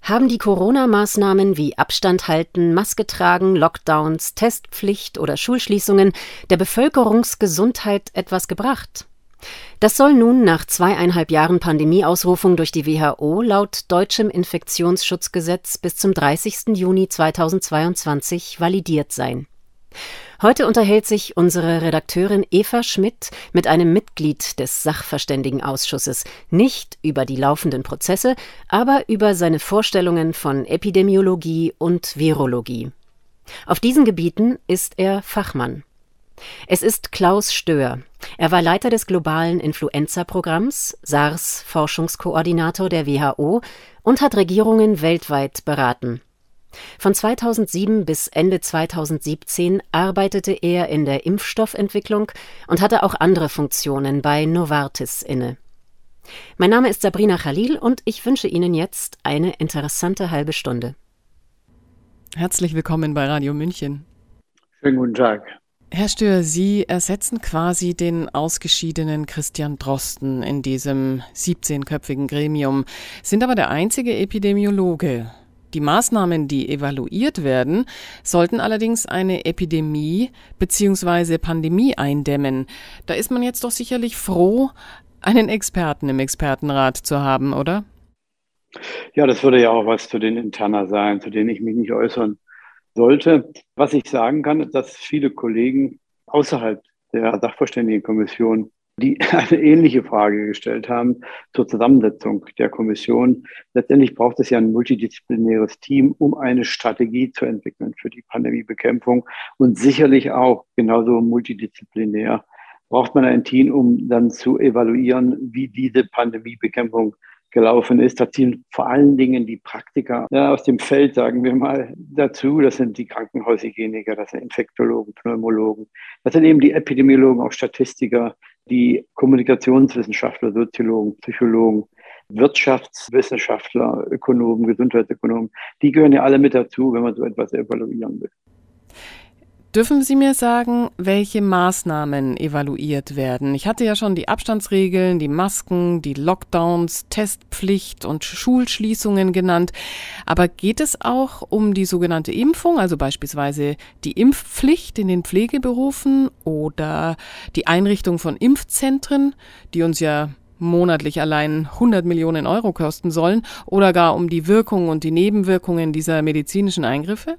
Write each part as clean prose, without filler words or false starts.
Haben die Corona-Maßnahmen wie Abstand halten, Maske tragen, Lockdowns, Testpflicht oder Schulschließungen der Bevölkerungsgesundheit etwas gebracht? Das soll nun nach 2,5 Jahren Pandemieausrufung durch die WHO laut deutschem Infektionsschutzgesetz bis zum 30. Juni 2022 validiert sein. Heute unterhält sich unsere Redakteurin Eva Schmidt mit einem Mitglied des Sachverständigenausschusses, nicht über die laufenden Prozesse, aber über seine Vorstellungen von Epidemiologie und Virologie. Auf diesen Gebieten ist er Fachmann. Es ist Klaus Stöhr. Er war Leiter des globalen Influenza-Programms, SARS-Forschungskoordinator der WHO und hat Regierungen weltweit beraten. Von 2007 bis Ende 2017 arbeitete er in der Impfstoffentwicklung und hatte auch andere Funktionen bei Novartis inne. Mein Name ist Sabrina Khalil und ich wünsche Ihnen jetzt eine interessante halbe Stunde. Herzlich willkommen bei Radio München. Schönen guten Tag. Herr Stöhr, Sie ersetzen quasi den ausgeschiedenen Christian Drosten in diesem 17-köpfigen Gremium, sind aber der einzige Epidemiologe. Die Maßnahmen, die evaluiert werden, sollten allerdings eine Epidemie bzw. Pandemie eindämmen. Da ist man jetzt doch sicherlich froh, einen Experten im Expertenrat zu haben, oder? Ja, das würde ja auch was zu den Interna sein, zu denen ich mich nicht äußern sollte. Was ich sagen kann, ist, dass viele Kollegen außerhalb der Sachverständigenkommission, die eine ähnliche Frage gestellt haben zur Zusammensetzung der Kommission. Letztendlich braucht es ja ein multidisziplinäres Team, um eine Strategie zu entwickeln für die Pandemiebekämpfung. Und sicherlich auch genauso multidisziplinär braucht man ein Team, um dann zu evaluieren, wie diese Pandemiebekämpfung gelaufen ist. Da ziehen vor allen Dingen die Praktiker aus dem Feld, sagen wir mal, dazu. Das sind die Krankenhaushygieniker, das sind Infektologen, Pneumologen, das sind eben die Epidemiologen, auch Statistiker, die Kommunikationswissenschaftler, Soziologen, Psychologen, Wirtschaftswissenschaftler, Ökonomen, Gesundheitsökonomen. Die gehören ja alle mit dazu, wenn man so etwas evaluieren will. Dürfen Sie mir sagen, welche Maßnahmen evaluiert werden? Ich hatte ja schon die Abstandsregeln, die Masken, die Lockdowns, Testpflicht und Schulschließungen genannt. Aber geht es auch um die sogenannte Impfung, also beispielsweise die Impfpflicht in den Pflegeberufen oder die Einrichtung von Impfzentren, die uns ja monatlich allein 100 Millionen Euro kosten sollen, oder gar um die Wirkung und die Nebenwirkungen dieser medizinischen Eingriffe?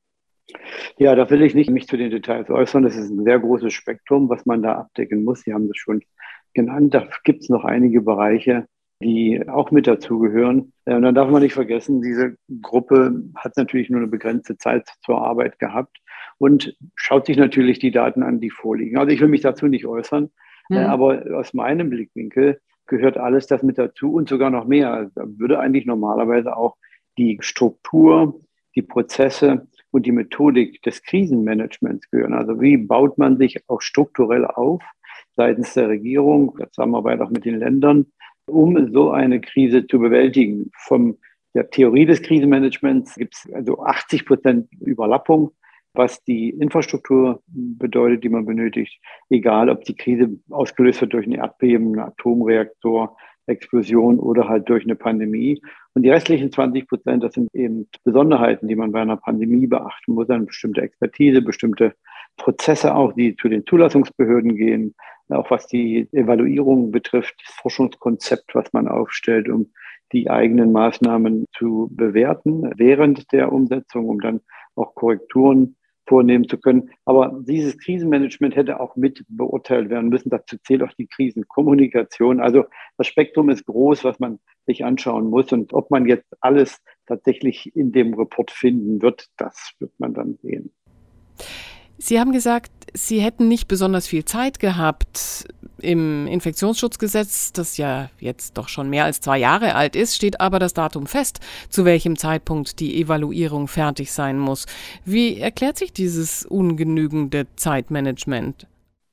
Ja, da will ich nicht mich zu den Details äußern. Das ist ein sehr großes Spektrum, was man da abdecken muss. Sie haben das schon genannt. Da gibt es noch einige Bereiche, die auch mit dazugehören. Und dann darf man nicht vergessen, diese Gruppe hat natürlich nur eine begrenzte Zeit zur Arbeit gehabt und schaut sich natürlich die Daten an, die vorliegen. Also ich will mich dazu nicht äußern, aber aus meinem Blickwinkel gehört alles das mit dazu und sogar noch mehr. Da würde eigentlich normalerweise auch die Struktur, die Prozesse und die Methodik des Krisenmanagements gehören. Also wie baut man sich auch strukturell auf seitens der Regierung, der Zusammenarbeit auch mit den Ländern, um so eine Krise zu bewältigen. Von der Theorie des Krisenmanagements gibt es also 80% Überlappung, was die Infrastruktur bedeutet, die man benötigt, egal ob die Krise ausgelöst wird durch ein Erdbeben, einen Atomreaktor, Explosion oder halt durch eine Pandemie. Und die restlichen 20%, das sind eben Besonderheiten, die man bei einer Pandemie beachten muss, eine bestimmte Expertise, bestimmte Prozesse auch, die zu den Zulassungsbehörden gehen, auch was die Evaluierung betrifft, das Forschungskonzept, was man aufstellt, um die eigenen Maßnahmen zu bewerten während der Umsetzung, um dann auch Korrekturen vornehmen zu können. Aber dieses Krisenmanagement hätte auch mit beurteilt werden müssen. Dazu zählt auch die Krisenkommunikation. Also das Spektrum ist groß, was man sich anschauen muss. Und ob man jetzt alles tatsächlich in dem Report finden wird, das wird man dann sehen. Sie haben gesagt, Sie hätten nicht besonders viel Zeit gehabt. Im Infektionsschutzgesetz, das ja jetzt doch schon mehr als 2 Jahre alt ist, steht aber das Datum fest, zu welchem Zeitpunkt die Evaluierung fertig sein muss. Wie erklärt sich dieses ungenügende Zeitmanagement?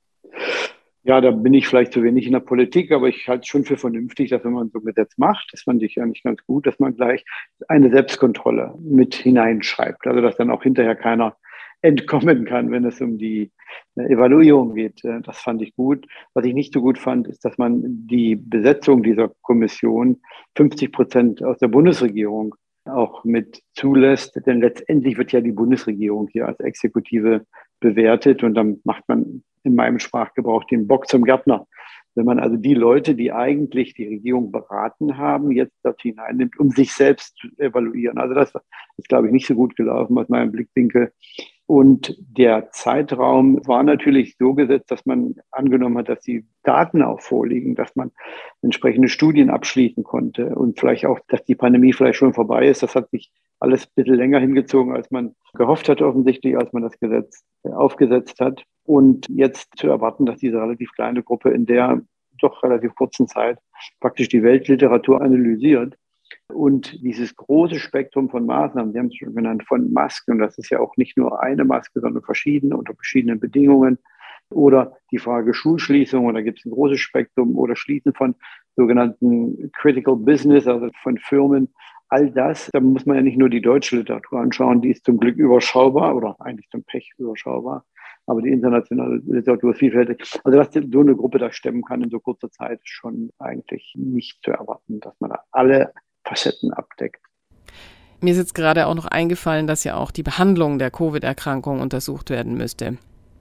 Ja, da bin ich vielleicht zu wenig in der Politik, aber ich halte es schon für vernünftig, dass wenn man so ein Gesetz macht, das fand ich eigentlich ganz gut, dass man gleich eine Selbstkontrolle mit hineinschreibt. Also dass dann auch hinterher keiner entkommen kann, wenn es um die Evaluierung geht. Das fand ich gut. Was ich nicht so gut fand, ist, dass man die Besetzung dieser Kommission 50% aus der Bundesregierung auch mit zulässt. Denn letztendlich wird ja die Bundesregierung hier als Exekutive bewertet und dann macht man in meinem Sprachgebrauch den Bock zum Gärtner. Wenn man also die Leute, die eigentlich die Regierung beraten haben, jetzt dort hineinnimmt, um sich selbst zu evaluieren. Also das ist, glaube ich, nicht so gut gelaufen aus meinem Blickwinkel. Und der Zeitraum war natürlich so gesetzt, dass man angenommen hat, dass die Daten auch vorliegen, dass man entsprechende Studien abschließen konnte und vielleicht auch, dass die Pandemie vielleicht schon vorbei ist. Das hat sich alles ein bisschen länger hingezogen, als man gehofft hat, offensichtlich, als man das Gesetz aufgesetzt hat. Und jetzt zu erwarten, dass diese relativ kleine Gruppe in der doch relativ kurzen Zeit praktisch die Weltliteratur analysiert und dieses große Spektrum von Maßnahmen, Sie haben es schon genannt, von Masken, und das ist ja auch nicht nur eine Maske, sondern verschiedene unter verschiedenen Bedingungen, oder die Frage Schulschließung, und da gibt es ein großes Spektrum, oder Schließen von sogenannten Critical Business, also von Firmen. All das, da muss man ja nicht nur die deutsche Literatur anschauen, die ist zum Glück überschaubar oder eigentlich zum Pech überschaubar, aber die internationale Literatur ist vielfältig. Also dass so eine Gruppe das stemmen kann in so kurzer Zeit, ist schon eigentlich nicht zu erwarten, dass man da alle Facetten abdeckt. Mir ist jetzt gerade auch noch eingefallen, dass ja auch die Behandlung der Covid-Erkrankung untersucht werden müsste.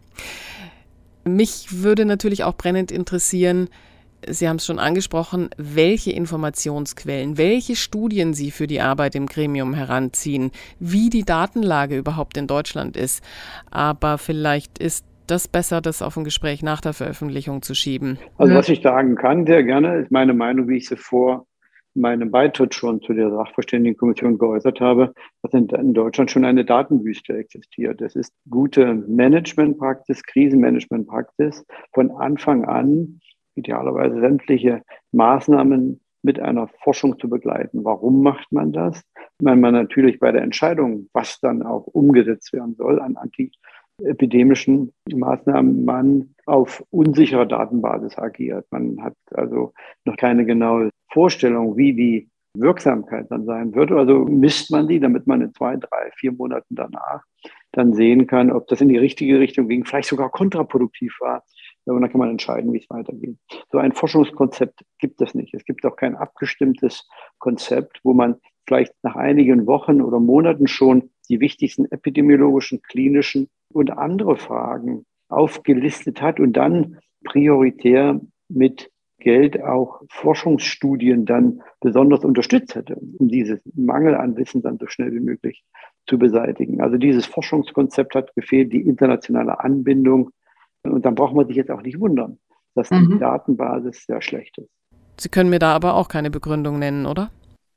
Mich würde natürlich auch brennend interessieren, Sie haben es schon angesprochen, welche Informationsquellen, welche Studien Sie für die Arbeit im Gremium heranziehen, wie die Datenlage überhaupt in Deutschland ist. Aber vielleicht ist das besser, das auf ein Gespräch nach der Veröffentlichung zu schieben. Also was ich sagen kann, sehr gerne, ist meine Meinung, wie ich sie vor meinem Beitritt schon zu der Sachverständigenkommission geäußert habe, dass in Deutschland schon eine Datenwüste existiert. Es ist gute Managementpraxis, Krisenmanagementpraxis, von Anfang an idealerweise sämtliche Maßnahmen mit einer Forschung zu begleiten. Warum macht man das? Weil man natürlich bei der Entscheidung, was dann auch umgesetzt werden soll an antiepidemischen Maßnahmen, man auf unsicherer Datenbasis agiert. Man hat also noch keine genaue Vorstellung, wie die Wirksamkeit dann sein wird. Also misst man die, damit man in 2, 3, 4 Monaten danach dann sehen kann, ob das in die richtige Richtung ging, vielleicht sogar kontraproduktiv war. Und dann kann man entscheiden, wie es weitergeht. So ein Forschungskonzept gibt es nicht. Es gibt auch kein abgestimmtes Konzept, wo man vielleicht nach einigen Wochen oder Monaten schon die wichtigsten epidemiologischen, klinischen und andere Fragen aufgelistet hat und dann prioritär mit Geld auch Forschungsstudien dann besonders unterstützt hätte, um dieses Mangel an Wissen dann so schnell wie möglich zu beseitigen. Also dieses Forschungskonzept hat gefehlt, die internationale Anbindung. Und dann braucht man sich jetzt auch nicht wundern, dass die Datenbasis sehr schlecht ist. Sie können mir da aber auch keine Begründung nennen, oder?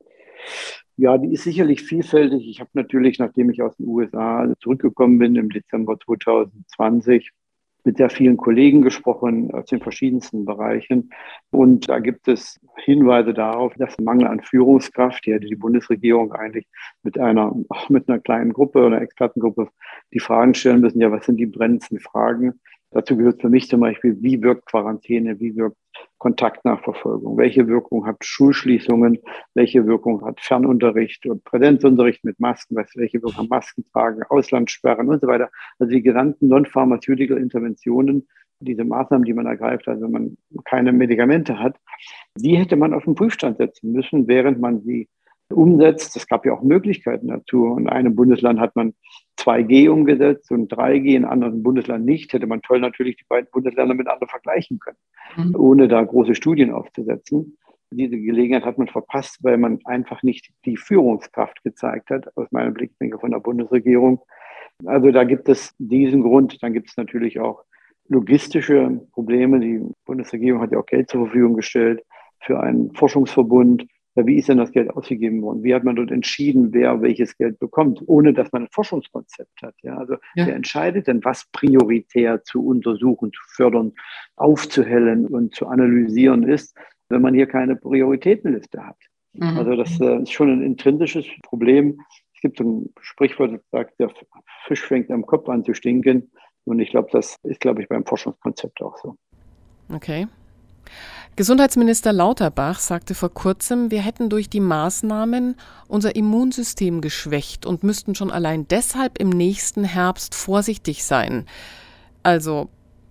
Ja, die ist sicherlich vielfältig. Ich habe natürlich, nachdem ich aus den USA zurückgekommen bin im Dezember 2020, mit sehr vielen Kollegen gesprochen aus den verschiedensten Bereichen. Und da gibt es Hinweise darauf, dass Mangel an Führungskraft, die hätte die Bundesregierung eigentlich mit einer kleinen Gruppe oder Expertengruppe die Fragen stellen müssen, ja, was sind die brennendsten Fragen? Dazu gehört für mich zum Beispiel, wie wirkt Quarantäne, wie wirkt Kontaktnachverfolgung, welche Wirkung hat Schulschließungen, welche Wirkung hat Fernunterricht und Präsenzunterricht mit Masken, welche Wirkung haben Masken tragen, Auslandssperren und so weiter. Also die genannten Non-Pharmaceutical Interventionen, diese Maßnahmen, die man ergreift, also wenn man keine Medikamente hat, die hätte man auf den Prüfstand setzen müssen, während man sie umsetzt. Es gab ja auch Möglichkeiten dazu. In einem Bundesland hat man 2G umgesetzt und 3G, in anderen Bundesländern nicht. Hätte man toll natürlich die beiden Bundesländer miteinander vergleichen können, ohne da große Studien aufzusetzen. Diese Gelegenheit hat man verpasst, weil man einfach nicht die Führungskraft gezeigt hat, aus meinem Blickwinkel von der Bundesregierung. Also da gibt es diesen Grund. Dann gibt es natürlich auch logistische Probleme. Die Bundesregierung hat ja auch Geld zur Verfügung gestellt für einen Forschungsverbund. Ja, wie ist denn das Geld ausgegeben worden? Wie hat man dort entschieden, wer welches Geld bekommt, ohne dass man ein Forschungskonzept hat? Ja, also wer entscheidet denn, was prioritär zu untersuchen, zu fördern, aufzuhellen und zu analysieren ist, wenn man hier keine Prioritätenliste hat? Also das ist schon ein intrinsisches Problem. Es gibt so ein Sprichwort, das sagt, der Fisch fängt am Kopf an zu stinken. Und ich glaube, das ist, beim Forschungskonzept auch so. Okay. Gesundheitsminister Lauterbach sagte vor kurzem, wir hätten durch die Maßnahmen unser Immunsystem geschwächt und müssten schon allein deshalb im nächsten Herbst vorsichtig sein. Also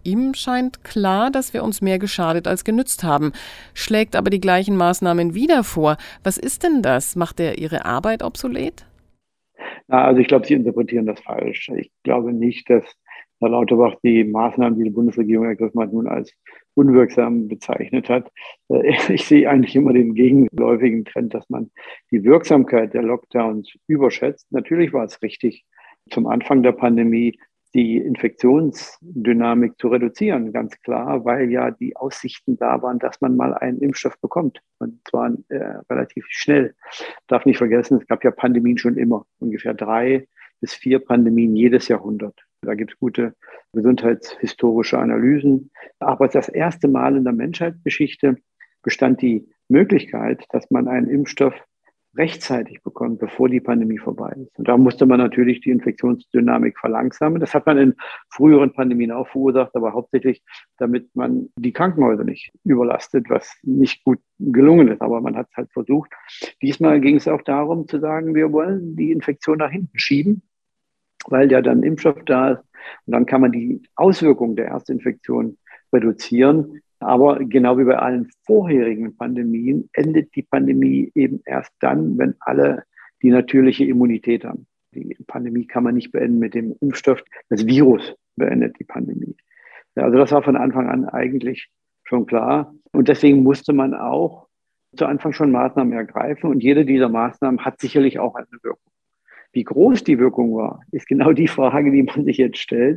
ihm scheint klar, dass wir uns mehr geschadet als genützt haben, schlägt aber die gleichen Maßnahmen wieder vor. Was ist denn das? Macht er Ihre Arbeit obsolet? Na, also ich glaube, Sie interpretieren das falsch. Ich glaube nicht, dass Herr Lauterbach die Maßnahmen, die die Bundesregierung ergriffen hat, nun als unwirksam bezeichnet hat. Ich sehe eigentlich immer den gegenläufigen Trend, dass man die Wirksamkeit der Lockdowns überschätzt. Natürlich war es richtig, zum Anfang der Pandemie die Infektionsdynamik zu reduzieren, ganz klar, weil ja die Aussichten da waren, dass man mal einen Impfstoff bekommt. Und zwar relativ schnell. Darf nicht vergessen, es gab ja Pandemien schon immer, ungefähr 3 bis 4 Pandemien jedes Jahrhundert. Da gibt es gute gesundheitshistorische Analysen. Aber das erste Mal in der Menschheitsgeschichte bestand die Möglichkeit, dass man einen Impfstoff rechtzeitig bekommt, bevor die Pandemie vorbei ist. Und da musste man natürlich die Infektionsdynamik verlangsamen. Das hat man in früheren Pandemien auch verursacht, aber hauptsächlich, damit man die Krankenhäuser nicht überlastet, was nicht gut gelungen ist. Aber man hat es halt versucht. Diesmal ging es auch darum zu sagen, wir wollen die Infektion nach hinten schieben, weil ja dann Impfstoff da ist. Und dann kann man die Auswirkungen der Erstinfektion reduzieren. Aber genau wie bei allen vorherigen Pandemien endet die Pandemie eben erst dann, wenn alle die natürliche Immunität haben. Die Pandemie kann man nicht beenden mit dem Impfstoff. Das Virus beendet die Pandemie. Ja, also das war von Anfang an eigentlich schon klar. Und deswegen musste man auch zu Anfang schon Maßnahmen ergreifen. Und jede dieser Maßnahmen hat sicherlich auch eine Wirkung. Wie groß die Wirkung war, ist genau die Frage, die man sich jetzt stellt.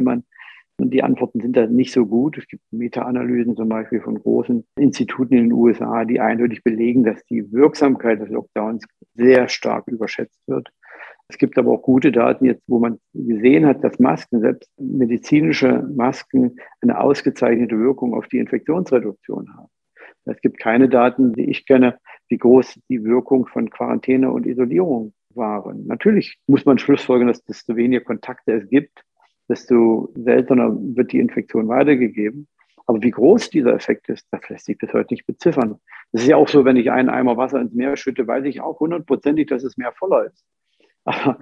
Und die Antworten sind da nicht so gut. Es gibt Meta-Analysen zum Beispiel von großen Instituten in den USA, die eindeutig belegen, dass die Wirksamkeit des Lockdowns sehr stark überschätzt wird. Es gibt aber auch gute Daten jetzt, wo man gesehen hat, dass Masken, selbst medizinische Masken, eine ausgezeichnete Wirkung auf die Infektionsreduktion haben. Es gibt keine Daten, die ich kenne, wie groß die Wirkung von Quarantäne und Isolierung waren. Natürlich muss man schlussfolgern, dass desto weniger Kontakte es gibt, desto seltener wird die Infektion weitergegeben. Aber wie groß dieser Effekt ist, das lässt sich bis heute nicht beziffern. Das ist ja auch so, wenn ich einen Eimer Wasser ins Meer schütte, weiß ich auch 100%ig, dass das Meer voller ist. Aber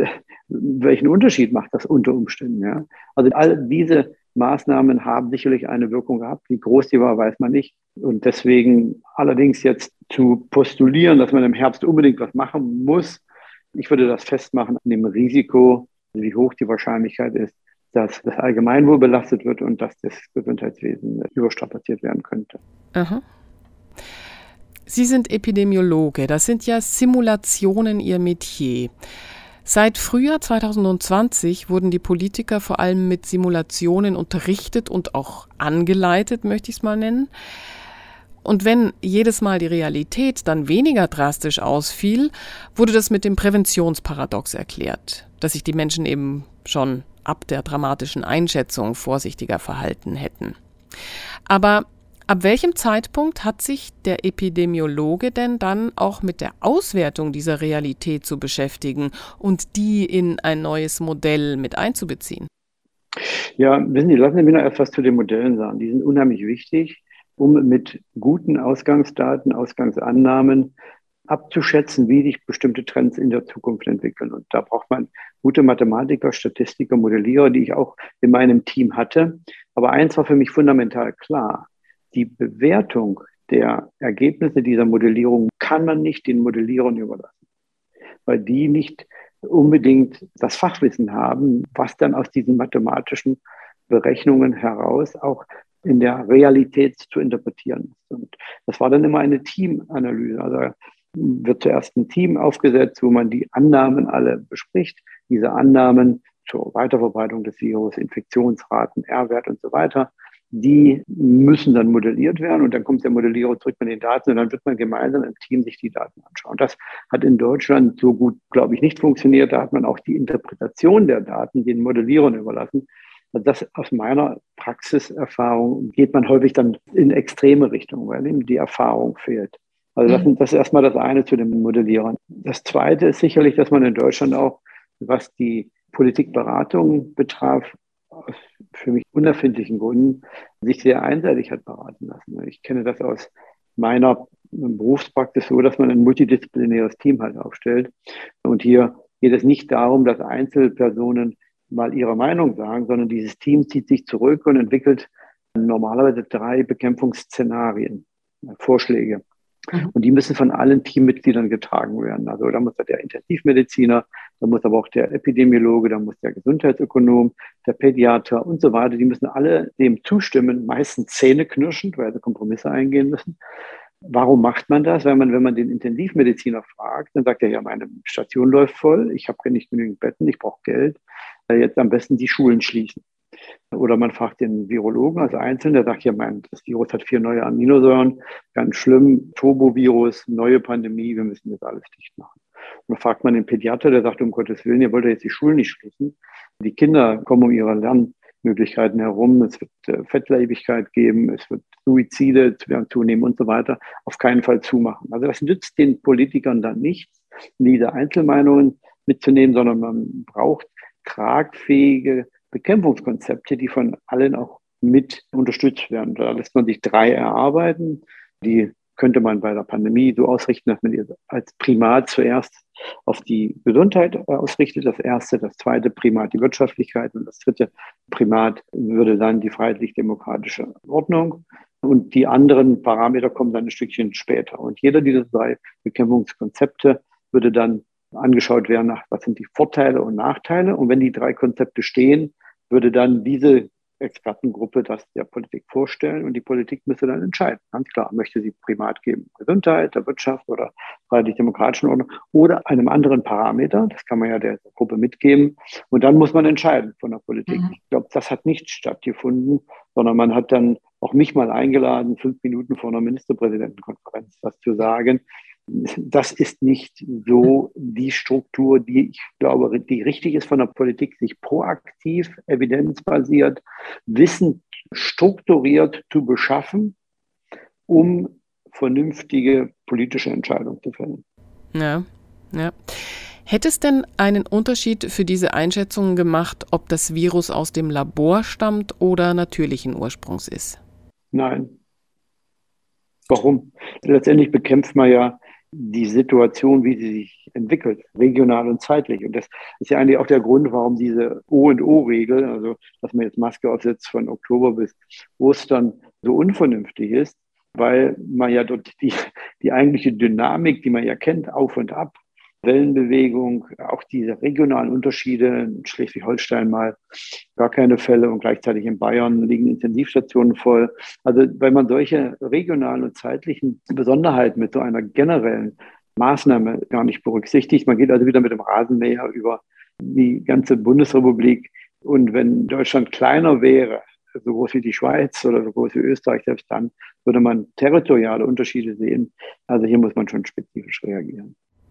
welchen Unterschied macht das unter Umständen? Ja? Also all diese Maßnahmen haben sicherlich eine Wirkung gehabt. Wie groß die war, weiß man nicht. Und deswegen allerdings jetzt zu postulieren, dass man im Herbst unbedingt was machen muss, ich würde das festmachen an dem Risiko, wie hoch die Wahrscheinlichkeit ist, dass das Allgemeinwohl belastet wird und dass das Gesundheitswesen überstrapaziert werden könnte. Aha. Sie sind Epidemiologe, das sind ja Simulationen Ihr Metier. Seit Frühjahr 2020 wurden die Politiker vor allem mit Simulationen unterrichtet und auch angeleitet, möchte ich es mal nennen. Und wenn jedes Mal die Realität dann weniger drastisch ausfiel, wurde das mit dem Präventionsparadox erklärt, dass sich die Menschen eben schon ab der dramatischen Einschätzung vorsichtiger verhalten hätten. Aber ab welchem Zeitpunkt hat sich der Epidemiologe denn dann auch mit der Auswertung dieser Realität zu beschäftigen und die in ein neues Modell mit einzubeziehen? Ja, wissen Sie, lassen Sie mich noch etwas zu den Modellen sagen. Die sind unheimlich wichtig, um mit guten Ausgangsdaten, Ausgangsannahmen abzuschätzen, wie sich bestimmte Trends in der Zukunft entwickeln. Und da braucht man gute Mathematiker, Statistiker, Modellierer, die ich auch in meinem Team hatte. Aber eins war für mich fundamental klar. Die Bewertung der Ergebnisse dieser Modellierung kann man nicht den Modellierern überlassen, weil die nicht unbedingt das Fachwissen haben, was dann aus diesen mathematischen Berechnungen heraus auch in der Realität zu interpretieren ist. Und das war dann immer eine Teamanalyse. Also wird zuerst ein Team aufgesetzt, wo man die Annahmen alle bespricht. Diese Annahmen zur Weiterverbreitung des Virus, Infektionsraten, R-Wert und so weiter, die müssen dann modelliert werden und dann kommt der Modellierer zurück mit den Daten und dann wird man gemeinsam im Team sich die Daten anschauen. Das hat in Deutschland so gut, glaube ich, nicht funktioniert. Da hat man auch die Interpretation der Daten den Modellierern überlassen. Also das aus meiner Praxiserfahrung geht man häufig dann in extreme Richtungen, weil eben die Erfahrung fehlt. Also das ist erstmal das eine zu den Modellierern. Das zweite ist sicherlich, dass man in Deutschland auch, was die Politikberatung betraf, aus für mich unerfindlichen Gründen sich sehr einseitig hat beraten lassen. Ich kenne das aus meiner Berufspraxis so, dass man ein multidisziplinäres Team halt aufstellt. Und hier geht es nicht darum, dass Einzelpersonen mal ihre Meinung sagen, sondern dieses Team zieht sich zurück und entwickelt normalerweise 3 Bekämpfungsszenarien, Vorschläge. Und die müssen von allen Teammitgliedern getragen werden. Also da muss der Intensivmediziner, da muss aber auch der Epidemiologe, da muss der Gesundheitsökonom, der Pädiater und so weiter. Die müssen alle dem zustimmen, meistens zähneknirschend, weil sie Kompromisse eingehen müssen. Warum macht man das? Weil man, wenn man den Intensivmediziner fragt, dann sagt er, ja, meine Station läuft voll, ich habe nicht genügend Betten, ich brauche Geld. Jetzt am besten die Schulen schließen. Oder man fragt den Virologen als Einzelnen, der sagt, ja, das Virus hat 4 neue Aminosäuren, ganz schlimm, Turbovirus, neue Pandemie, wir müssen jetzt alles dicht machen. Und dann fragt man den Pädiater, der sagt, um Gottes Willen, ihr wollt ja jetzt die Schulen nicht schließen. Die Kinder kommen um ihre Lernmöglichkeiten herum, es wird Fettleibigkeit geben, es wird Suizide werden zunehmen und so weiter. Auf keinen Fall zumachen. Also das nützt den Politikern dann nichts, diese Einzelmeinungen mitzunehmen, sondern man braucht tragfähige Bekämpfungskonzepte, die von allen auch mit unterstützt werden. Da lässt man sich 3 erarbeiten. Die könnte man bei der Pandemie so ausrichten, dass man die als Primat zuerst auf die Gesundheit ausrichtet. Das erste, das zweite Primat die Wirtschaftlichkeit und das dritte Primat würde dann die freiheitlich-demokratische Ordnung. Und die anderen Parameter kommen dann ein Stückchen später. Und jeder dieser 3 Bekämpfungskonzepte würde dann angeschaut werden, was sind die Vorteile und Nachteile. Und wenn die 3 Konzepte stehen, würde dann diese Expertengruppe das der Politik vorstellen und die Politik müsste dann entscheiden. Ganz klar, möchte sie Primat geben, Gesundheit, der Wirtschaft oder freiheitlich-demokratischen Ordnung oder einem anderen Parameter. Das kann man ja der Gruppe mitgeben. Und dann muss man entscheiden von der Politik. Ich glaube, das hat nicht stattgefunden, sondern man hat dann auch mich mal eingeladen, 5 Minuten vor einer Ministerpräsidentenkonferenz was zu sagen. Das ist nicht so die Struktur, die ich glaube, die richtig ist von der Politik, sich proaktiv, evidenzbasiert, Wissen strukturiert zu beschaffen, um vernünftige politische Entscheidungen zu fällen. Ja. Hätte es denn einen Unterschied für diese Einschätzungen gemacht, ob das Virus aus dem Labor stammt oder natürlichen Ursprungs ist? Nein. Warum? Letztendlich bekämpft man ja die Situation, wie sie sich entwickelt, regional und zeitlich. Und das ist ja eigentlich auch der Grund, warum diese O&O-Regel, also dass man jetzt Maske aufsetzt von Oktober bis Ostern, so unvernünftig ist, weil man ja dort die eigentliche Dynamik, die man ja kennt, auf und ab, Wellenbewegung, auch diese regionalen Unterschiede, in Schleswig-Holstein mal gar keine Fälle und gleichzeitig in Bayern liegen Intensivstationen voll. Also weil man solche regionalen und zeitlichen Besonderheiten mit so einer generellen Maßnahme gar nicht berücksichtigt. Man geht also wieder mit dem Rasenmäher über die ganze Bundesrepublik. Und wenn Deutschland kleiner wäre, so groß wie die Schweiz oder so groß wie Österreich, selbst dann würde man territoriale Unterschiede sehen. Also hier muss man schon spezifisch reagieren.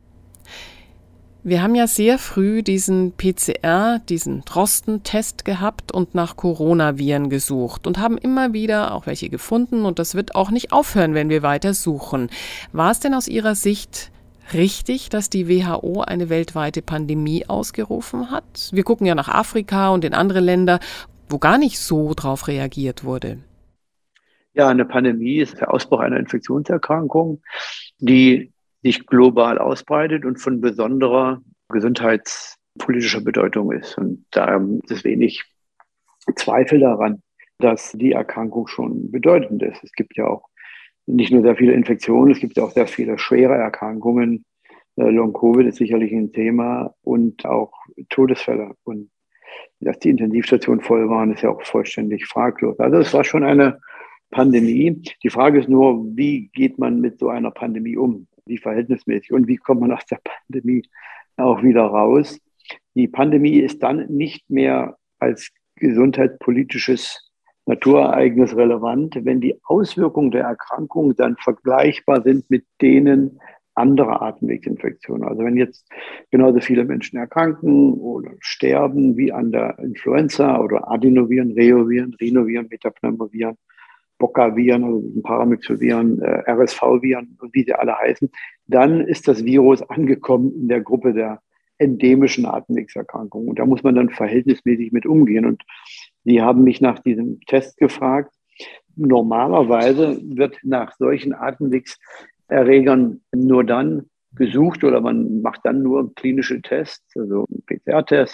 Wir haben ja sehr früh diesen PCR, diesen Drosten-Test gehabt und nach Coronaviren gesucht und haben immer wieder auch welche gefunden und das wird auch nicht aufhören, wenn wir weiter suchen. War es denn aus Ihrer Sicht richtig, dass die WHO eine weltweite Pandemie ausgerufen hat? Wir gucken ja nach Afrika und in andere Länder, wo gar nicht so drauf reagiert wurde. Ja, eine Pandemie ist der Ausbruch einer Infektionserkrankung, die sich global ausbreitet und von besonderer gesundheitspolitischer Bedeutung ist. Und da ist wenig Zweifel daran, dass die Erkrankung schon bedeutend ist. Es gibt ja auch nicht nur sehr viele Infektionen, es gibt ja auch sehr viele schwere Erkrankungen. Long-Covid ist sicherlich ein Thema und auch Todesfälle. Und dass die Intensivstationen voll waren, ist ja auch vollständig fraglos. Also es war schon eine Pandemie. Die Frage ist nur, wie geht man mit so einer Pandemie um? Wie verhältnismäßig und wie kommt man aus der Pandemie auch wieder raus? Die Pandemie ist dann nicht mehr als gesundheitspolitisches Naturereignis relevant, wenn die Auswirkungen der Erkrankung dann vergleichbar sind mit denen anderer Atemwegsinfektionen. Also wenn jetzt genauso viele Menschen erkranken oder sterben wie an der Influenza oder Adenoviren, Reoviren, Rhinoviren, Metapneumoviren, Bocca-Viren, also Paramyxoviren, RSV-Viren und wie sie alle heißen, dann ist das Virus angekommen in der Gruppe der endemischen Atemwegserkrankungen. Und da muss man dann verhältnismäßig mit umgehen. Und Sie haben mich nach diesem Test gefragt. Normalerweise wird nach solchen Atemwegserregern nur dann gesucht oder man macht dann nur klinische Tests, also einen PCR-Test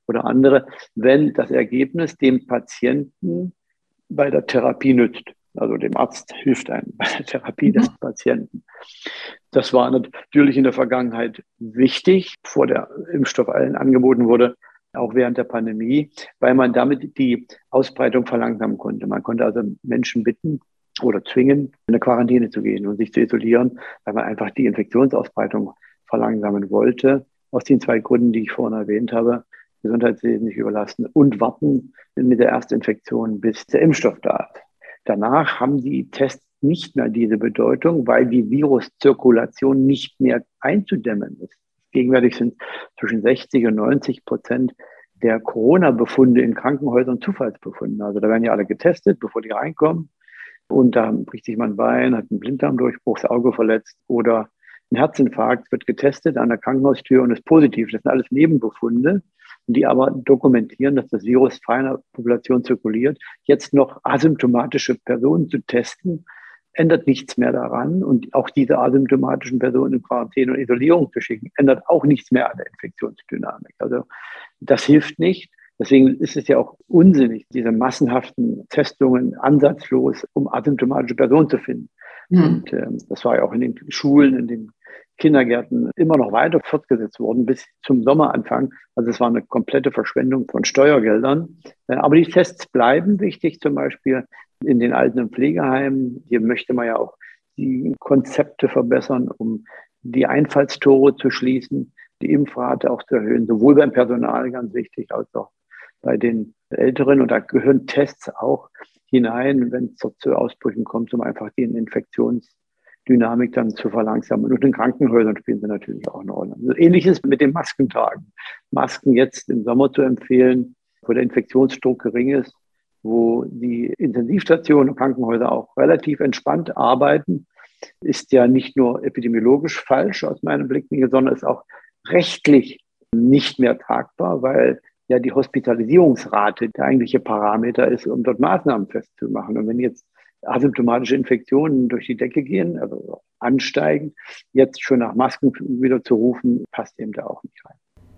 oder andere, wenn das Ergebnis dem Patienten bei der Therapie nützt. Also dem Arzt hilft einem bei der Therapie des Patienten. Das war natürlich in der Vergangenheit wichtig, bevor der Impfstoff allen angeboten wurde, auch während der Pandemie, weil man damit die Ausbreitung verlangsamen konnte. Man konnte also Menschen bitten oder zwingen, in eine Quarantäne zu gehen und sich zu isolieren, weil man einfach die Infektionsausbreitung verlangsamen wollte. Aus den 2 Gründen, die ich vorhin erwähnt habe, Gesundheitswesen nicht überlasten und warten mit der Erstinfektion, bis der Impfstoff da ist. Danach haben die Tests nicht mehr diese Bedeutung, weil die Viruszirkulation nicht mehr einzudämmen ist. Gegenwärtig sind zwischen 60 und 90% der Corona-Befunde in Krankenhäusern Zufallsbefunde. Also da werden ja alle getestet, bevor die reinkommen. Und da bricht sich mal ein Bein, hat einen Blinddarmdurchbruch, das Auge verletzt oder ein Herzinfarkt, wird getestet an der Krankenhaustür und ist positiv. Das sind alles Nebenbefunde, die aber dokumentieren, dass das Virus frei in der Population zirkuliert. Jetzt noch asymptomatische Personen zu testen, ändert nichts mehr daran. Und auch diese asymptomatischen Personen in Quarantäne und Isolierung zu schicken, ändert auch nichts mehr an der Infektionsdynamik. Also das hilft nicht. Deswegen ist es ja auch unsinnig, diese massenhaften Testungen ansatzlos, um asymptomatische Personen zu finden. Und das war ja auch in den Schulen, in den Kindergärten immer noch weiter fortgesetzt worden bis zum Sommeranfang. Also es war eine komplette Verschwendung von Steuergeldern. Aber die Tests bleiben wichtig, zum Beispiel in den Alten- und Pflegeheimen. Hier möchte man ja auch die Konzepte verbessern, um die Einfallstore zu schließen, die Impfrate auch zu erhöhen, sowohl beim Personal ganz wichtig, als auch bei den Älteren. Und da gehören Tests auch hinein, wenn es zu Ausbrüchen kommt, um einfach die Infektionsdynamik dann zu verlangsamen. Und in Krankenhäusern spielen sie natürlich auch eine Rolle. Also Ähnliches mit dem Maskentragen. Masken jetzt im Sommer zu empfehlen, wo der Infektionsdruck gering ist, wo die Intensivstationen und Krankenhäuser auch relativ entspannt arbeiten, ist ja nicht nur epidemiologisch falsch aus meinem Blickwinkel, sondern ist auch rechtlich nicht mehr tragbar, weil ja die Hospitalisierungsrate der eigentliche Parameter ist, um dort Maßnahmen festzumachen. Und wenn jetzt asymptomatische Infektionen durch die Decke gehen, also ansteigen, jetzt schon nach Masken wieder zu rufen, passt eben da auch nicht rein.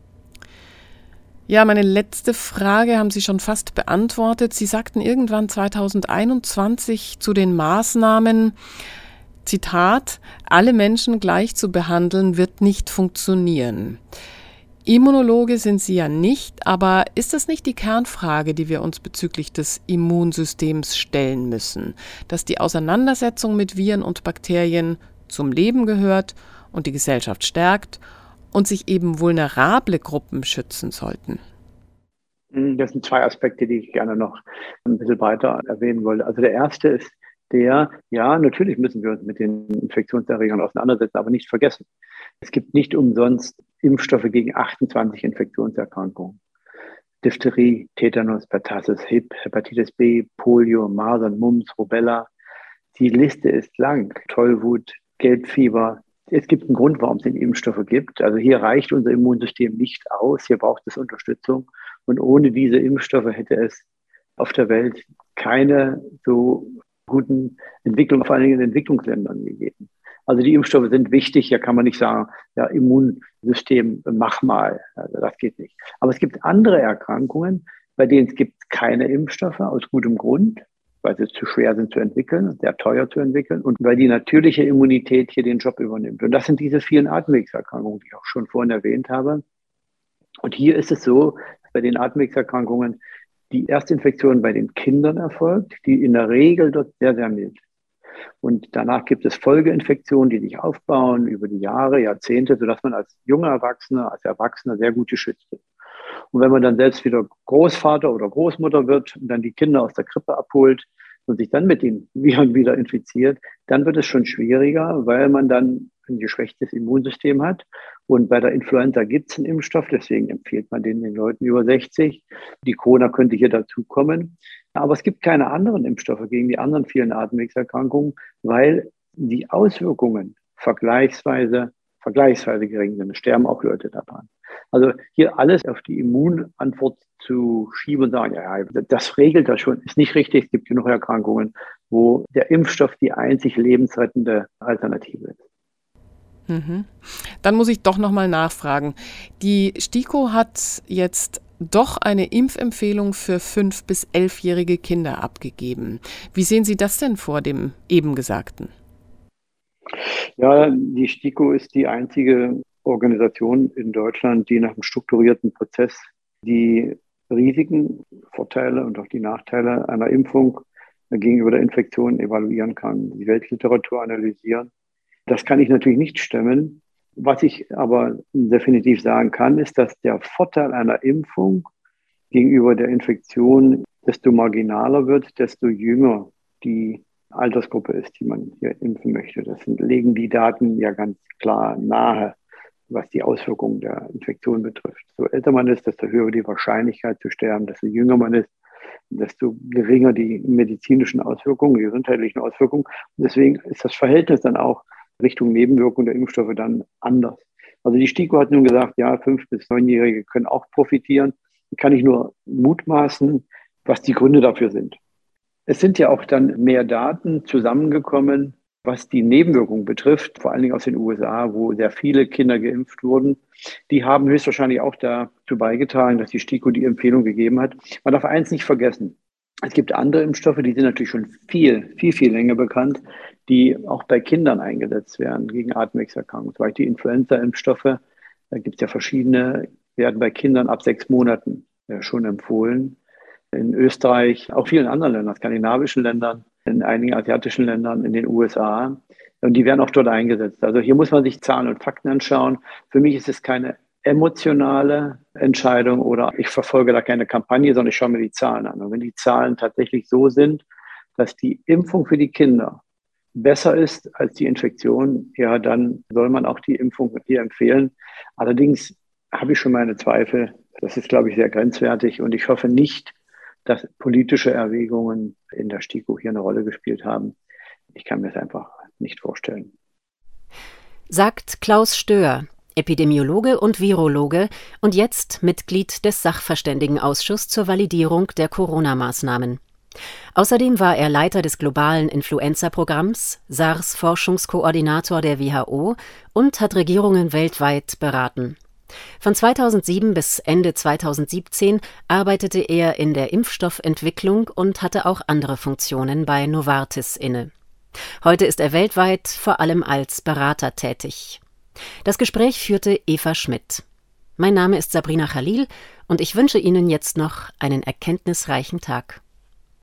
Ja, meine letzte Frage haben Sie schon fast beantwortet. Sie sagten irgendwann 2021 zu den Maßnahmen, Zitat, alle Menschen gleich zu behandeln, wird nicht funktionieren. Immunologe sind Sie ja nicht, aber ist das nicht die Kernfrage, die wir uns bezüglich des Immunsystems stellen müssen? Dass die Auseinandersetzung mit Viren und Bakterien zum Leben gehört und die Gesellschaft stärkt und sich eben vulnerable Gruppen schützen sollten? Das sind 2 Aspekte, die ich gerne noch ein bisschen weiter erwähnen wollte. Also der erste ist der, ja, natürlich müssen wir uns mit den Infektionserregern auseinandersetzen, aber nicht vergessen. Es gibt nicht umsonst Impfstoffe gegen 28 Infektionserkrankungen. Diphtherie, Tetanus, Pertussis, Hepatitis B, Polio, Masern, Mumps, Rubella. Die Liste ist lang. Tollwut, Gelbfieber. Es gibt einen Grund, warum es den Impfstoffe gibt. Also hier reicht unser Immunsystem nicht aus. Hier braucht es Unterstützung. Und ohne diese Impfstoffe hätte es auf der Welt keine so guten Entwicklungen, vor allem in den Entwicklungsländern gegeben. Also die Impfstoffe sind wichtig. Hier kann man nicht sagen, ja, Immunsystem, mach mal. Also das geht nicht. Aber es gibt andere Erkrankungen, bei denen es gibt keine Impfstoffe aus gutem Grund, weil sie zu schwer sind zu entwickeln, sehr teuer zu entwickeln und weil die natürliche Immunität hier den Job übernimmt. Und das sind diese vielen Atemwegserkrankungen, die ich auch schon vorhin erwähnt habe. Und hier ist es so, dass bei den Atemwegserkrankungen die Erstinfektion bei den Kindern erfolgt, die in der Regel dort sehr, sehr mild. Und danach gibt es Folgeinfektionen, die sich aufbauen über die Jahre, Jahrzehnte, sodass man als junger Erwachsener, als Erwachsener sehr gut geschützt ist. Und wenn man dann selbst wieder Großvater oder Großmutter wird und dann die Kinder aus der Krippe abholt und sich dann mit den Viren wieder infiziert, dann wird es schon schwieriger, weil man dann ein geschwächtes Immunsystem hat. Und bei der Influenza gibt es einen Impfstoff, deswegen empfiehlt man den Leuten über 60. Die Corona könnte hier dazukommen. Aber es gibt keine anderen Impfstoffe gegen die anderen vielen Atemwegserkrankungen, weil die Auswirkungen vergleichsweise gering sind. Es sterben auch Leute daran. Also hier alles auf die Immunantwort zu schieben und sagen, ja, das regelt das schon, ist nicht richtig. Es gibt genug Erkrankungen, wo der Impfstoff die einzig lebensrettende Alternative ist. Dann muss ich doch nochmal nachfragen. Die STIKO hat jetzt doch eine Impfempfehlung für 5- bis 11-jährige Kinder abgegeben. Wie sehen Sie das denn vor dem eben Gesagten? Ja, die STIKO ist die einzige Organisation in Deutschland, die nach einem strukturierten Prozess die Risiken, Vorteile und auch die Nachteile einer Impfung gegenüber der Infektion evaluieren kann, die Weltliteratur analysieren. Das kann ich natürlich nicht stemmen. Was ich aber definitiv sagen kann, ist, dass der Vorteil einer Impfung gegenüber der Infektion desto marginaler wird, desto jünger die Altersgruppe ist, die man hier impfen möchte. Das legen die Daten ja ganz klar nahe, was die Auswirkungen der Infektion betrifft. So älter man ist, desto höher die Wahrscheinlichkeit zu sterben, desto jünger man ist, desto geringer die medizinischen Auswirkungen, die gesundheitlichen Auswirkungen. Und deswegen ist das Verhältnis dann auch Richtung Nebenwirkung der Impfstoffe dann anders. Also die STIKO hat nun gesagt, ja, 5- bis 9-Jährige können auch profitieren. Kann ich nur mutmaßen, was die Gründe dafür sind. Es sind ja auch dann mehr Daten zusammengekommen, was die Nebenwirkungen betrifft, vor allen Dingen aus den USA, wo sehr viele Kinder geimpft wurden. Die haben höchstwahrscheinlich auch dazu beigetragen, dass die STIKO die Empfehlung gegeben hat. Man darf eins nicht vergessen. Es gibt andere Impfstoffe, die sind natürlich schon viel länger bekannt, die auch bei Kindern eingesetzt werden gegen Atemwegserkrankungen. Zum Beispiel die Influenza-Impfstoffe, da gibt es ja verschiedene, werden bei Kindern ab 6 Monaten schon empfohlen. In Österreich, auch vielen anderen Ländern, skandinavischen Ländern, in einigen asiatischen Ländern, in den USA. Und die werden auch dort eingesetzt. Also hier muss man sich Zahlen und Fakten anschauen. Für mich ist es keine emotionale Entscheidung oder ich verfolge da keine Kampagne, sondern ich schaue mir die Zahlen an. Und wenn die Zahlen tatsächlich so sind, dass die Impfung für die Kinder besser ist als die Infektion, ja, dann soll man auch die Impfung hier empfehlen. Allerdings habe ich schon meine Zweifel. Das ist, glaube ich, sehr grenzwertig. Und ich hoffe nicht, dass politische Erwägungen in der STIKO hier eine Rolle gespielt haben. Ich kann mir das einfach nicht vorstellen. Sagt Klaus Stöhr, Epidemiologe und Virologe und jetzt Mitglied des Sachverständigenausschusses zur Validierung der Corona-Maßnahmen. Außerdem war er Leiter des globalen Influenza-Programms, SARS-Forschungskoordinator der WHO und hat Regierungen weltweit beraten. Von 2007 bis Ende 2017 arbeitete er in der Impfstoffentwicklung und hatte auch andere Funktionen bei Novartis inne. Heute ist er weltweit vor allem als Berater tätig. Das Gespräch führte Eva Schmidt. Mein Name ist Sabrina Khalil und ich wünsche Ihnen jetzt noch einen erkenntnisreichen Tag.